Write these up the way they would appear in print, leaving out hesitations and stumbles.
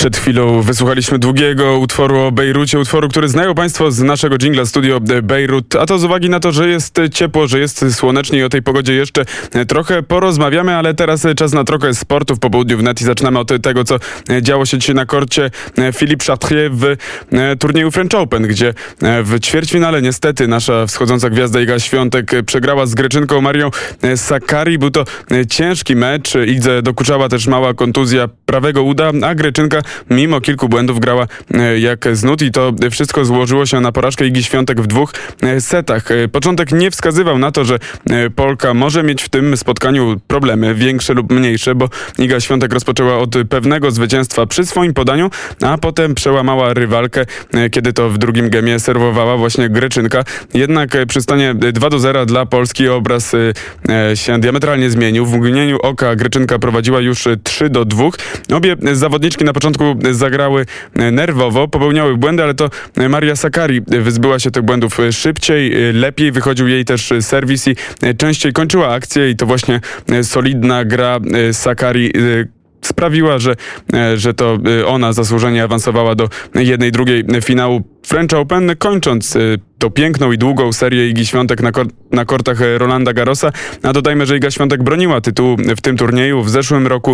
Przed chwilą wysłuchaliśmy długiego utworu o Bejrucie, utworu, który znają Państwo z naszego dżingla Studio Bejrut, a to z uwagi na to, że jest ciepło, że jest słonecznie i o tej pogodzie jeszcze trochę porozmawiamy, ale teraz czas na trochę sportu w popołudniu wnet i zaczynamy od tego, co działo się dzisiaj na korcie Philippe Chatrier w turnieju French Open, gdzie w ćwierćfinale niestety nasza wschodząca gwiazda Iga Świątek przegrała z Greczynką Marią Sakkari. Był to ciężki mecz, Idze dokuczała też mała kontuzja prawego uda, a Greczynka mimo kilku błędów grała jak z nut i to wszystko złożyło się na porażkę Igi Świątek w dwóch setach. Początek nie wskazywał na to, że Polka może mieć w tym spotkaniu problemy, większe lub mniejsze, bo Iga Świątek rozpoczęła od pewnego zwycięstwa przy swoim podaniu, a potem przełamała rywalkę, kiedy to w drugim gemie serwowała właśnie Greczynka. Jednak przy stanie 2-0 dla Polski obraz się diametralnie zmienił. W mgnieniu oka Greczynka prowadziła już 3-2. Obie zawodniczki na początku zagrały nerwowo, popełniały błędy, ale to Maria Sakkari wyzbyła się tych błędów szybciej, lepiej wychodził jej też serwis i częściej kończyła akcję i to właśnie solidna gra Sakkari sprawiła, że to ona zasłużenie awansowała do jednej, drugiej finału French Open, kończąc tą piękną i długą serię Igi Świątek na kortach Rolanda Garrosa. A dodajmy, że Iga Świątek broniła tytułu w tym turnieju. W zeszłym roku,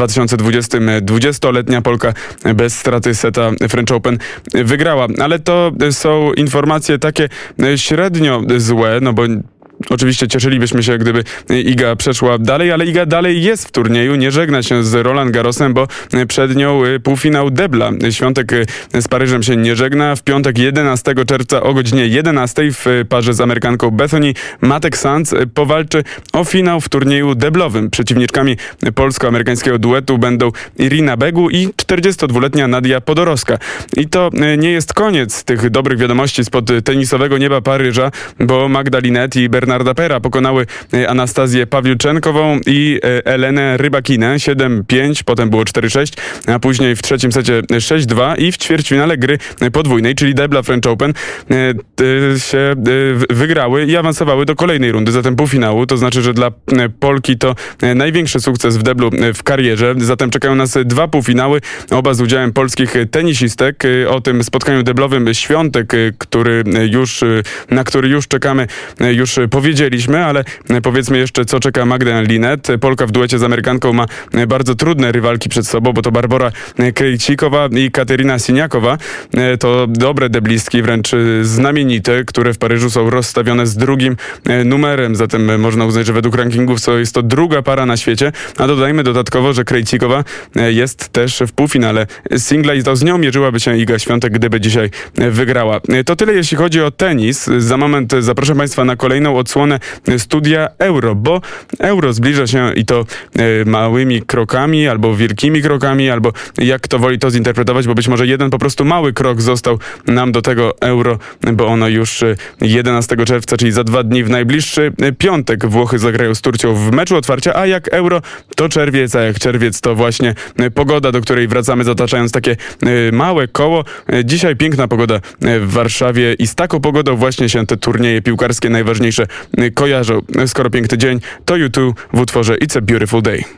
2020, 20-letnia Polka bez straty seta French Open wygrała. Ale to są informacje takie średnio złe, no bo oczywiście cieszylibyśmy się, gdyby Iga przeszła dalej, ale Iga dalej jest w turnieju, nie żegna się z Roland Garrosem, bo przed nią półfinał debla. Świątek z Paryżem się nie żegna. W piątek 11 czerwca o godzinie 11 w parze z Amerykanką Bethany Mattek-Sands powalczy o finał w turnieju deblowym. Przeciwniczkami polsko-amerykańskiego duetu będą Irina Begu i 42-letnia Nadia Podorowska. I to nie jest koniec tych dobrych wiadomości spod tenisowego nieba Paryża, bo Magda Linette i Bernarda Pera pokonały Anastazję Pawliuczenkową i Elenę Rybakinę 7-5, potem było 4-6, a później w trzecim secie 6-2 i w ćwierćfinale gry podwójnej, czyli debla French Open, się wygrały i awansowały do kolejnej rundy, zatem półfinału. To znaczy, że dla Polki to największy sukces w deblu w karierze. Zatem czekają nas dwa półfinały, oba z udziałem polskich tenisistek. O tym spotkaniu deblowym Świątek, na który już czekamy, już powiedzieliśmy, ale powiedzmy jeszcze, co czeka Magdę Linette. Polka w duecie z Amerykanką ma bardzo trudne rywalki przed sobą, bo to Barbora Krejcikowa i Kateryna Siniakowa. To dobre deblistki, wręcz znamienite, które w Paryżu są rozstawione z drugim numerem. Zatem można uznać, że według rankingów jest to druga para na świecie. A dodajmy dodatkowo, że Krejcikowa jest też w półfinale singla i to z nią mierzyłaby się Iga Świątek, gdyby dzisiaj wygrała. To tyle, jeśli chodzi o tenis. Za moment zapraszam Państwa na kolejną odsłonę studia Euro, bo Euro zbliża się i to małymi krokami, albo wielkimi krokami, albo jak kto woli to zinterpretować, bo być może jeden po prostu mały krok został nam do tego Euro, bo ono już 11 czerwca, czyli za 2 dni w najbliższy piątek Włochy zagrają z Turcją w meczu otwarcia, a jak Euro to czerwiec, a jak czerwiec to właśnie pogoda, do której wracamy zataczając takie małe koło. Dzisiaj piękna pogoda w Warszawie i z taką pogodą właśnie się te turnieje piłkarskie najważniejsze kojarzą. Skoro piękny dzień, to U2 w utworze It's a Beautiful Day.